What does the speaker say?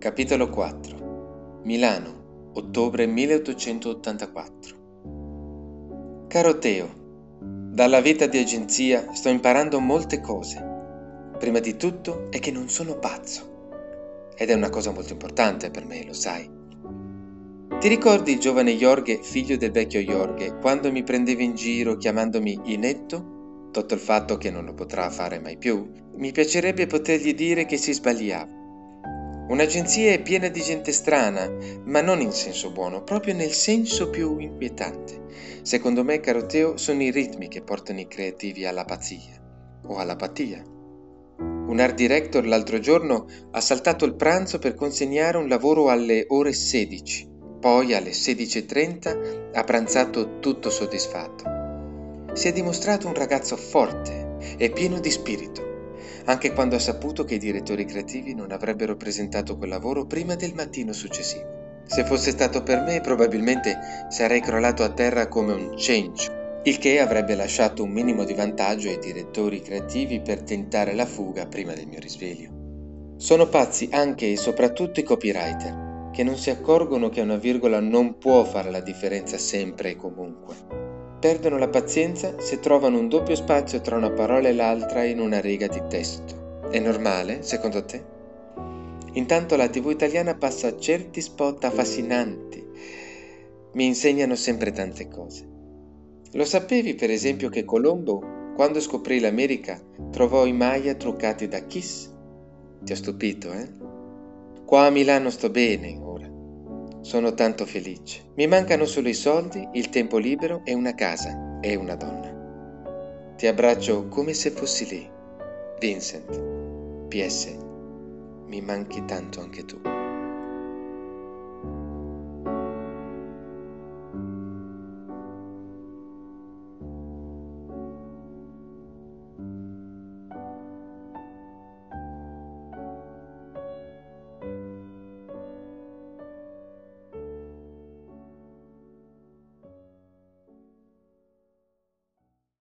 Capitolo 4. Milano, ottobre 1884. Caro Teo, dalla vita di agenzia sto imparando molte cose. Prima di tutto è che non sono pazzo. Ed è una cosa molto importante per me, lo sai. Ti ricordi il giovane Jorge, figlio del vecchio Jorge, quando mi prendeva in giro chiamandomi inetto? Tutto il fatto che non lo potrà fare mai più, mi piacerebbe potergli dire che si sbagliava. Un'agenzia è piena di gente strana, ma non in senso buono, proprio nel senso più inquietante. Secondo me, caro Teo, sono i ritmi che portano i creativi alla pazzia o all'apatia. Un art director l'altro giorno ha saltato il pranzo per consegnare un lavoro alle ore 16, poi alle 16:30 ha pranzato tutto soddisfatto. Si è dimostrato un ragazzo forte e pieno di spirito, anche quando ha saputo che i direttori creativi non avrebbero presentato quel lavoro prima del mattino successivo. Se fosse stato per me, probabilmente sarei crollato a terra come un cencio, il che avrebbe lasciato un minimo di vantaggio ai direttori creativi per tentare la fuga prima del mio risveglio. Sono pazzi anche e soprattutto i copywriter, che non si accorgono che una virgola non può fare la differenza sempre e comunque. Perdono la pazienza se trovano un doppio spazio tra una parola e l'altra in una riga di testo. È normale, secondo te? Intanto la TV italiana passa certi spot affascinanti. Mi insegnano sempre tante cose. Lo sapevi, per esempio, che Colombo, quando scoprì l'America, trovò i Maya truccati da Kiss? Ti ho stupito, eh? Qua a Milano sto bene, ora. Sono tanto felice. Mi mancano solo i soldi, il tempo libero e una casa e una donna. Ti abbraccio come se fossi lì. Vincent. PS. Mi manchi tanto anche tu.